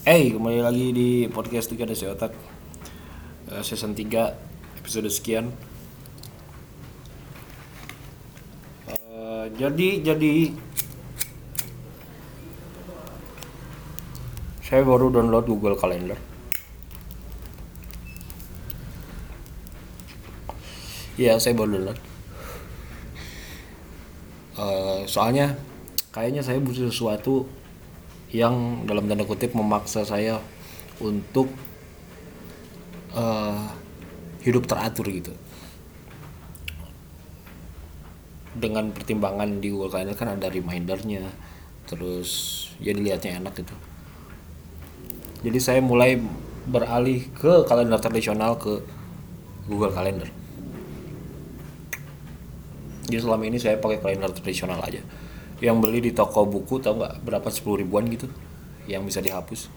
Kembali lagi di podcast 3 Dasi Otak, season 3 episode sekian. Jadi saya baru download Google Calendar. Iya, saya baru download. Soalnya kayaknya saya butuh sesuatu yang dalam tanda kutip memaksa saya untuk eh, hidup teratur gitu. Dengan pertimbangan di Google Calendar kan ada remindernya, terus ya dilihatnya enak gitu. Jadi saya mulai beralih ke kalender tradisional, ke Google Calendar. Jadi selama ini saya pakai kalender tradisional aja. Yang beli di toko buku tahu nggak berapa, 10 ribuan gitu, yang bisa dihapus.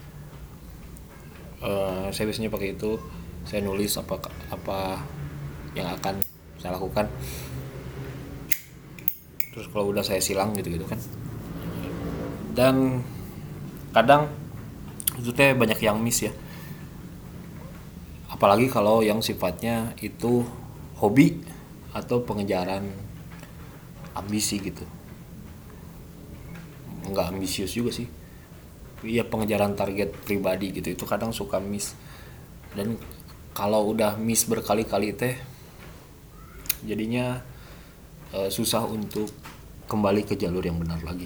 Saya biasanya pakai itu. Saya nulis apa apa yang akan saya lakukan. Terus kalau udah saya silang gitu-gitu kan. Dan kadang itu teh banyak yang miss ya. Apalagi kalau yang sifatnya itu hobi atau pengejaran ambisi gitu. Nggak ambisius juga sih, iya pengejaran target pribadi gitu, itu kadang suka miss. Dan kalau udah miss berkali-kali teh jadinya susah untuk kembali ke jalur yang benar lagi.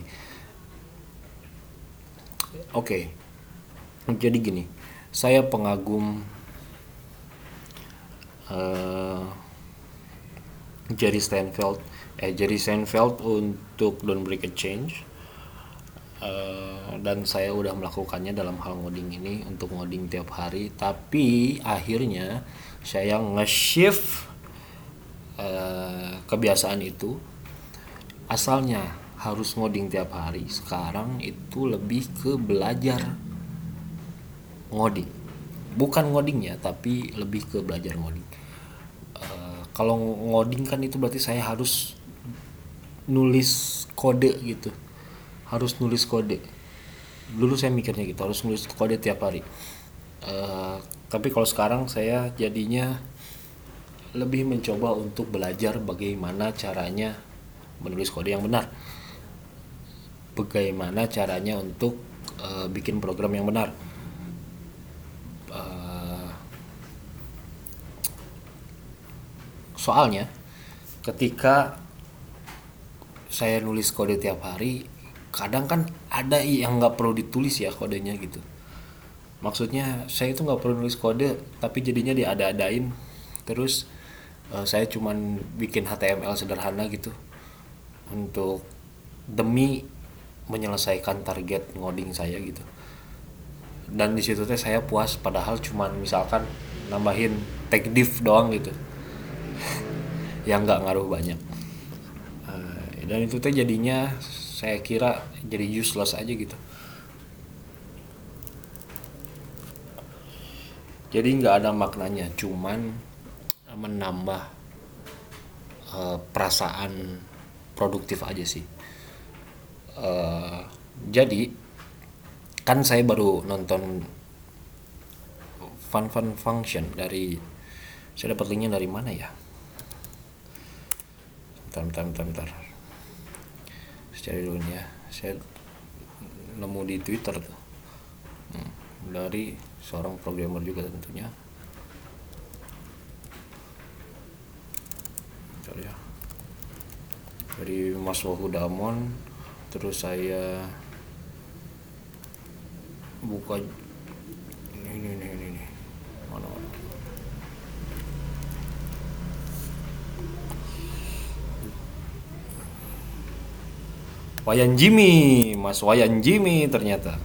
Oke, jadi gini, saya pengagum eh, Jerry Seinfeld untuk Don't Break a Change. Dan saya udah melakukannya dalam hal ngoding ini, untuk ngoding tiap hari. Tapi akhirnya saya nge-shift kebiasaan itu. Asalnya harus ngoding tiap hari, sekarang itu lebih ke belajar ngoding. Bukan ngodingnya, tapi lebih ke belajar ngoding. Kalau ngoding kan itu berarti saya harus nulis kode gitu, harus nulis kode. Dulu saya mikirnya gitu, harus nulis kode tiap hari. Tapi kalau sekarang saya jadinya lebih mencoba untuk belajar bagaimana caranya menulis kode yang benar, bagaimana caranya untuk bikin program yang benar. Soalnya ketika saya nulis kode tiap hari, kadang kan ada yang nggak perlu ditulis ya kodenya gitu. Maksudnya saya itu nggak perlu nulis kode, tapi jadinya diada-adain. Terus saya cuman bikin HTML sederhana gitu untuk demi menyelesaikan target ngoding saya gitu. Dan di situ teh saya puas, padahal cuman misalkan nambahin tag div doang gitu, yang nggak ngaruh banyak. Dan itu teh jadinya saya kira jadi useless aja gitu. Jadi nggak ada maknanya, cuman menambah perasaan produktif aja sih. Jadi kan saya baru nonton Fun Function dari, saya dapat linknya dari mana ya? Bentar. Saya cari dulu nih ya. Saya nemu di Twitter tuh. Dari seorang programmer juga tentunya. Bentar ya. Dari Mas Wahudamon. Terus saya buka ini. Mana? Wayan Jimmy, Mas Wayan Jimmy ternyata.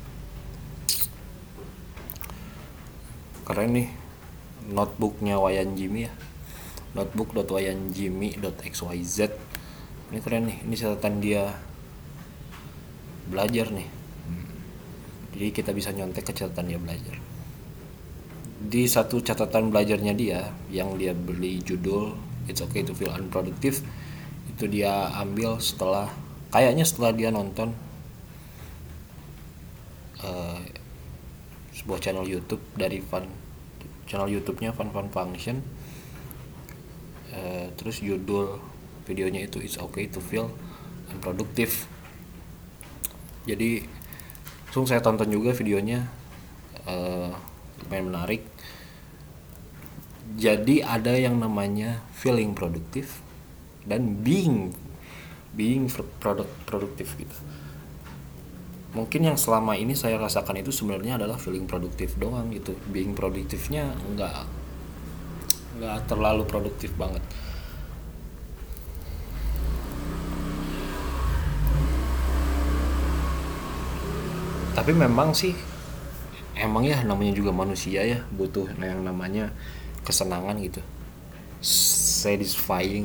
Keren nih notebooknya Wayan Jimmy ya. Notebook.wayanjimmy.xyz. Ini keren nih, ini catatan dia belajar nih. Jadi kita bisa nyontek ke catatan dia belajar. Di satu catatan belajarnya dia yang dia beli judul It's Okay to Feel Unproductive, itu dia ambil setelah, kayaknya setelah dia nonton sebuah channel YouTube dari channel YouTube-nya Fun Fun Function. Terus judul videonya itu It's Okay to Feel Unproductive. Jadi langsung saya tonton juga videonya, lumayan menarik. Jadi ada yang namanya feeling produktif dan being produktif gitu. Mungkin yang selama ini saya rasakan itu sebenarnya adalah feeling produktif doang gitu. Being produktifnya nggak terlalu produktif banget. Tapi memang sih, emang ya namanya juga manusia ya, butuh yang namanya kesenangan gitu, satisfying.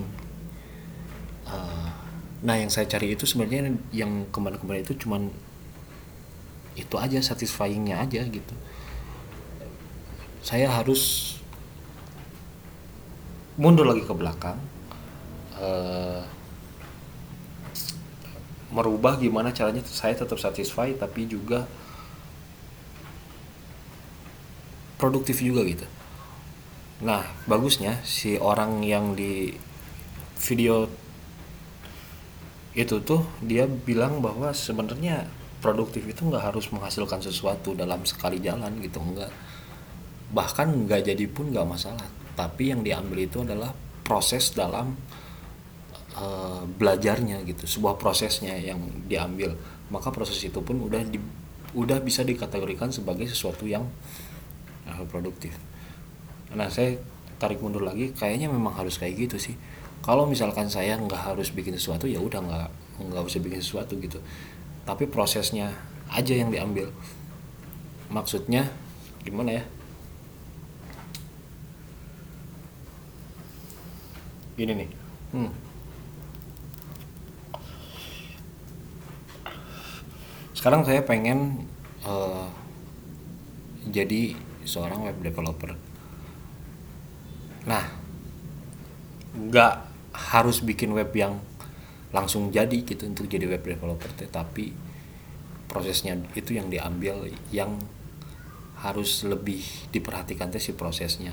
Nah yang saya cari itu sebenarnya yang kemarin-kemarin itu cuman itu aja, satisfyingnya aja gitu. Saya harus mundur lagi ke belakang, merubah gimana caranya saya tetap satisfy tapi juga produktif juga gitu. Nah bagusnya si orang yang di video itu tuh dia bilang bahwa sebenarnya produktif itu nggak harus menghasilkan sesuatu dalam sekali jalan gitu, enggak, bahkan nggak jadi pun nggak masalah, tapi yang diambil itu adalah proses dalam belajarnya gitu, sebuah prosesnya yang diambil, maka proses itu pun udah bisa dikategorikan sebagai sesuatu yang produktif. Nah saya tarik mundur lagi, kayaknya memang harus kayak gitu sih. Kalau misalkan saya nggak harus bikin sesuatu ya udah nggak usah bikin sesuatu gitu, tapi prosesnya aja yang diambil. Maksudnya gimana ya, gini nih. Sekarang saya pengen jadi seorang web developer. Nah nggak harus bikin web yang langsung jadi gitu untuk jadi web developer, tapi prosesnya itu yang diambil, yang harus lebih diperhatikan si prosesnya.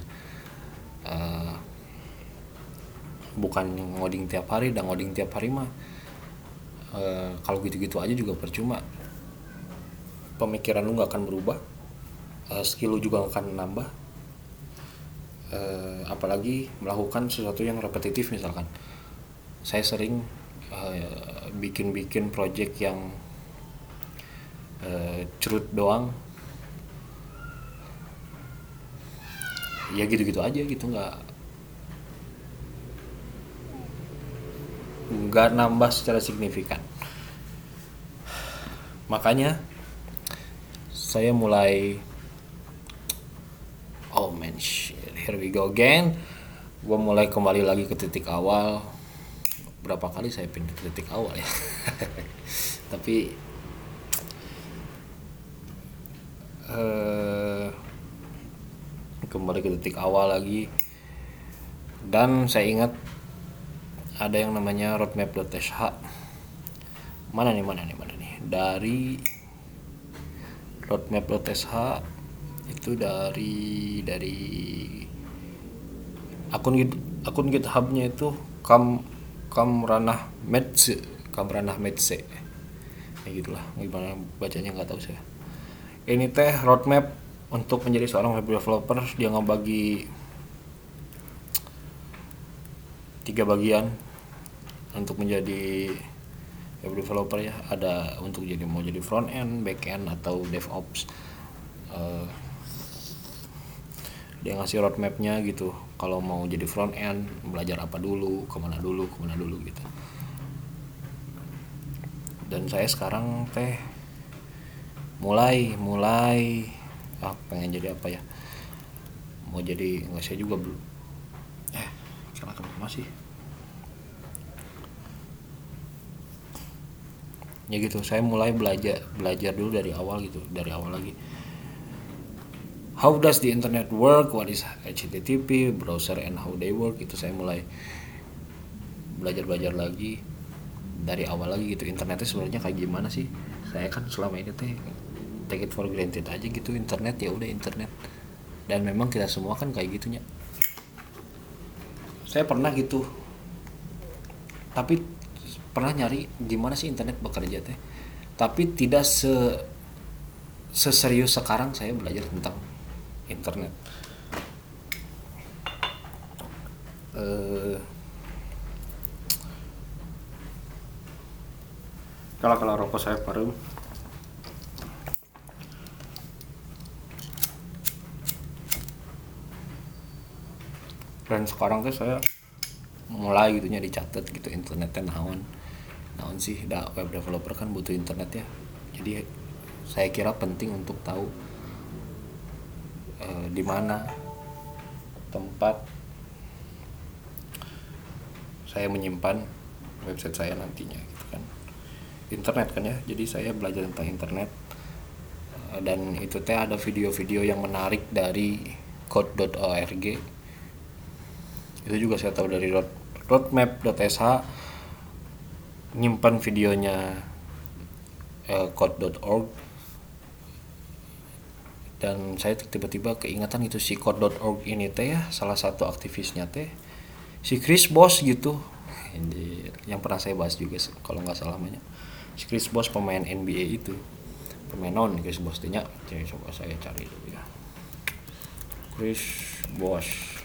Bukan ngoding tiap hari, dan ngoding tiap hari mah kalau gitu-gitu aja juga percuma. Pemikiran lu nggak akan berubah, skill lu juga akan nambah. Apalagi melakukan sesuatu yang repetitif. Misalkan saya sering bikin project yang cerut doang, ya gitu-gitu aja gitu, nggak nambah secara signifikan. Makanya saya mulai, oh man shit, here we go again. Gue mulai kembali lagi ke titik awal. Berapa kali saya pindah ke titik awal ya. Tapi kembali ke titik awal lagi. Dan saya ingat ada yang namanya roadmap.sh. Mana nih dari roadmap.sh itu dari akun GitHub-nya itu Kamranah Medse ya gitulah, gimana bacanya nggak tahu saya. Ini teh roadmap untuk menjadi seorang web developer. Dia ngebagi 3 bagian untuk menjadi web developer ya. Ada untuk mau jadi front end, back end, atau DevOps. Dia ngasih roadmapnya gitu. Kalau mau jadi front end, belajar apa dulu, kemana dulu gitu. Dan saya sekarang teh mulai pengen jadi apa ya, mau jadi, nggak, saya juga belum silakan masih ya gitu. Saya mulai belajar dulu dari awal lagi. How does the internet work? What is HTTP, browser, and how they work? Itu saya mulai belajar lagi dari awal lagi gitu. Internetnya sebenarnya kayak gimana sih? Saya kan selama ini teh take it for granted aja gitu, internet ya udah internet. Dan memang kita semua kan kayak gitunya. Saya pernah gitu, tapi pernah nyari gimana sih internet bekerja teh, tapi tidak seserius sekarang saya belajar tentang internet. Kalau rokok saya parum. Dan sekarang tuh saya mulai gitunya dicatat gitu internetnya naon sih, web developer kan butuh internet ya. Jadi saya kira penting untuk tahu di mana tempat saya menyimpan website saya nantinya gitu kan. Internet kan ya, jadi saya belajar tentang internet. Dan itu teh ada video-video yang menarik dari code.org. Itu juga saya tahu dari roadmap.sh, nyimpan videonya code.org. Dan saya tiba-tiba keingatan itu si code.org ini teh ya, salah satu aktivisnya teh si Chris Bosh gitu. Yang pernah saya bahas juga kalau nggak salah namanya. Si Chris Bosh pemain NBA itu. Pemain non Chris Bosh nya. Jadi coba saya cari dulu ya. Chris Bosh.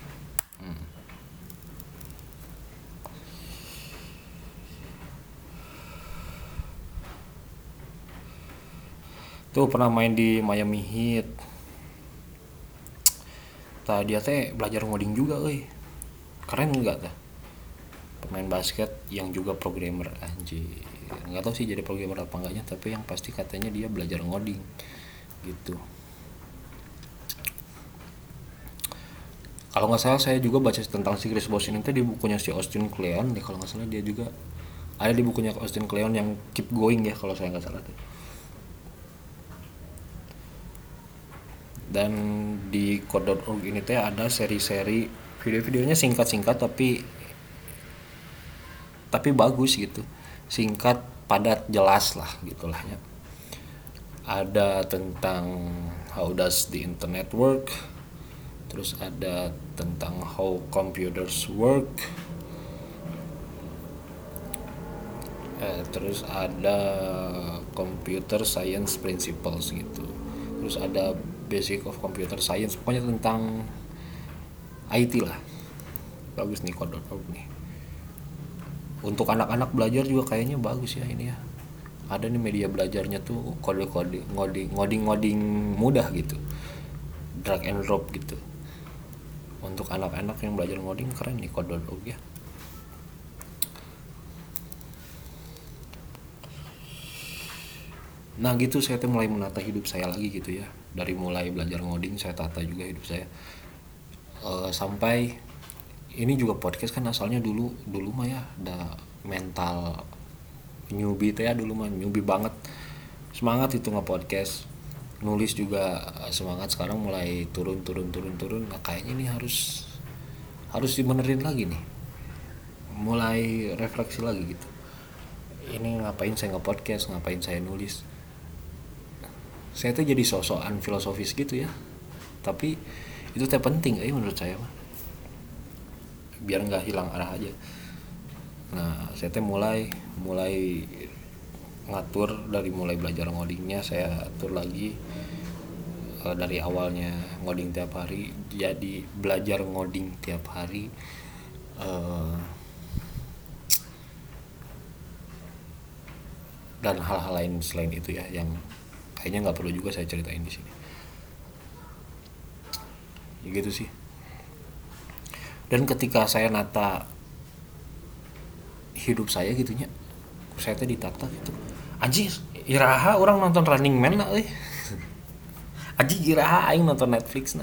Tuh pernah main di Miami Heat. Tadi dia teh belajar ngoding juga keren enggak tuh, pemain basket yang juga programmer. Anjir, nggak tahu sih jadi programmer apa enggaknya, tapi yang pasti katanya dia belajar ngoding gitu. Kalau nggak salah saya juga baca tentang si Chris Bosh ini tuh di bukunya si Austin Kleon ya, kalau nggak salah dia juga ada di bukunya Austin Kleon yang Keep Going ya kalau saya nggak salah tuh. Dan di code.org ini teh ada seri-seri video-videonya singkat-singkat tapi bagus gitu, singkat padat jelas lah gitulah ya. Ada tentang how does the internet work, terus ada tentang how computers work, terus ada computer science principles gitu, terus ada basic of computer science, pokoknya tentang IT lah. Bagus nih code.org nih. Untuk anak-anak belajar juga kayaknya bagus ya ini ya. Ada nih media belajarnya tuh kode-kode ngoding mudah gitu, drag and drop gitu. Untuk anak-anak yang belajar ngoding keren nih code.org ya. Nah gitu saya tuh mulai menata hidup saya lagi gitu ya. Dari mulai belajar ngoding saya tata juga hidup saya. Sampai ini juga podcast kan asalnya dulu mah ya ada mental newbie teh ya, dulu mah newbie banget. Semangat itu nge-podcast. Nulis juga semangat, sekarang mulai turun. Nah kayaknya ini harus dibenerin lagi nih. Mulai refleksi lagi gitu. Ini ngapain saya nge-podcast, ngapain saya nulis. Saya tuh jadi sosokan filosofis gitu ya, tapi itu teh penting menurut saya mah, biar nggak hilang arah aja. Nah saya teh mulai ngatur, dari mulai belajar ngodingnya saya atur lagi, dari awalnya ngoding tiap hari jadi belajar ngoding tiap hari, dan hal-hal lain selain itu ya yang kayaknya nggak perlu juga saya ceritain di sini. Ya gitu sih. Dan ketika saya nata hidup saya gitunya, saya tuh ditata gitu. Anjir, iraha orang nonton Running Man lah Anjir iraha aing nonton Netflix nah.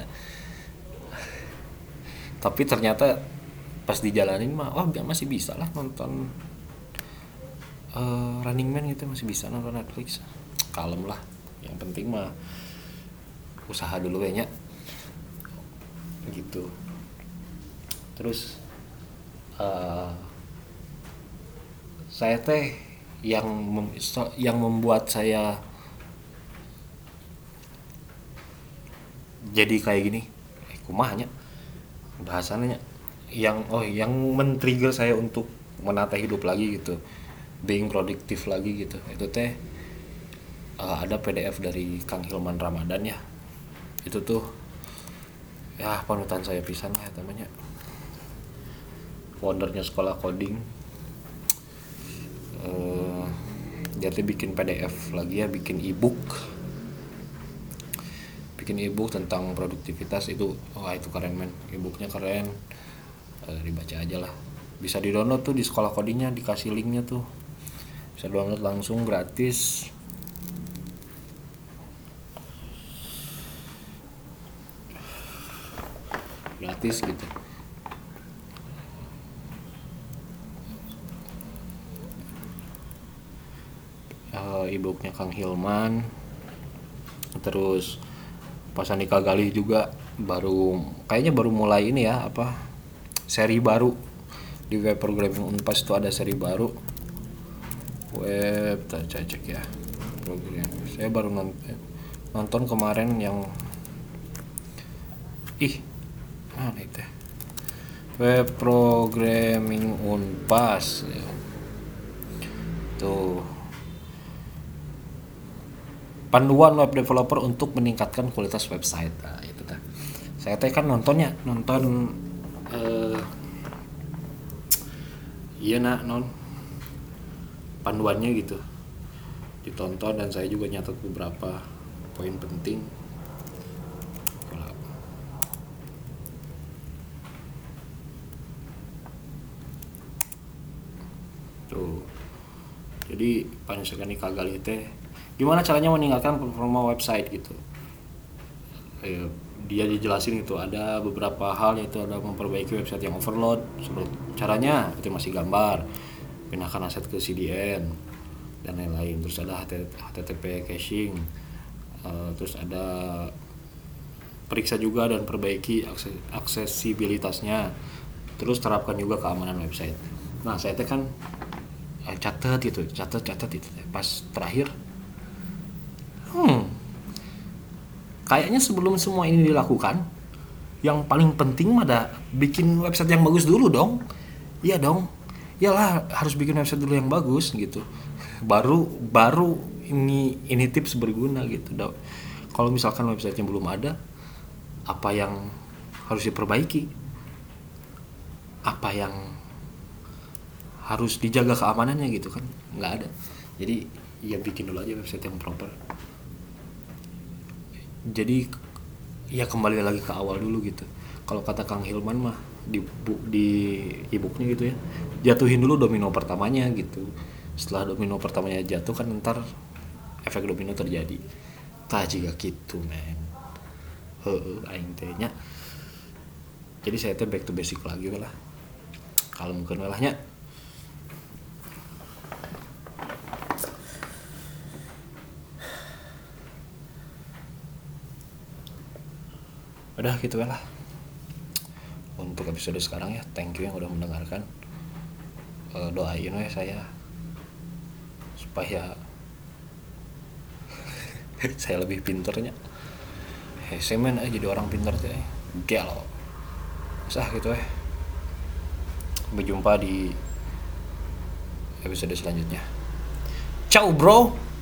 Tapi ternyata pas dijalanin mah wah masih bisa lah nonton Running Man gitu, masih bisa nonton Netflix. Kalem lah. Yang penting mah usaha dulu kayaknya gitu. Terus saya teh yang membuat saya jadi kayak gini, kumahnya bahasannya yang men-trigger saya untuk menata hidup lagi gitu, being produktif lagi gitu, itu teh ada PDF dari Kang Hilman Ramadan ya, itu tuh ya panutan saya pisan lah namanya, foundernya sekolah coding. Dia tuh bikin PDF lagi ya, bikin ebook tentang produktivitas itu. Wah itu keren men, ebooknya keren. Dibaca aja lah, bisa di download tuh di sekolah codingnya, dikasih linknya tuh, bisa download langsung gratis. Gitu. Ebooknya Kang Hilman, terus Pak Andika Galih juga kayaknya baru mulai ini ya, apa, seri baru di web programming Unpas itu ada seri baru web, cek ya program. Saya baru nonton kemarin yang mana itu web programming Unpas ya. Tuh panduan web developer untuk meningkatkan kualitas website. Nah, itu kan. Saya teh kan nonton iya panduannya gitu. Ditonton dan saya juga nyatet beberapa poin penting. Tuh. Jadi panjang kagali teh gimana caranya meningkatkan performa website gitu. Dia dijelasin itu ada beberapa hal, yaitu ada memperbaiki website yang overload. Caranya optimasi gambar, pindahkan aset ke CDN dan lain-lain. Terus ada HTTP caching, terus ada periksa juga dan perbaiki aksesibilitasnya. Terus terapkan juga keamanan website. Nah saya kan catat itu pas terakhir. Kayaknya sebelum semua ini dilakukan, yang paling penting mah bikin website yang bagus dulu dong. Iya dong. Iyalah, harus bikin website dulu yang bagus gitu. Baru ini tips berguna gitu. Kalau misalkan websitenya belum ada, apa yang harus diperbaiki? Apa yang harus dijaga keamanannya gitu kan? Nggak ada. Jadi ya bikin dulu aja website yang proper. Jadi ya kembali lagi ke awal dulu gitu. Kalau kata Kang Hilman mah di e-booknya gitu ya, jatuhin dulu domino pertamanya gitu. Setelah domino pertamanya jatuh kan ntar efek domino terjadi. Tah juga gitu men. Aing tehnya. Jadi saya teh back to basic lagi lah. Kalau mungkin lahnya. Udah gitu lah untuk episode sekarang ya. Thank you yang udah mendengarkan. Doain ya saya supaya saya lebih pinternya. Semen aja jadi orang pinter teh. Gelo. Sah gitu ya. Sampai jumpa di episode selanjutnya. Ciao bro.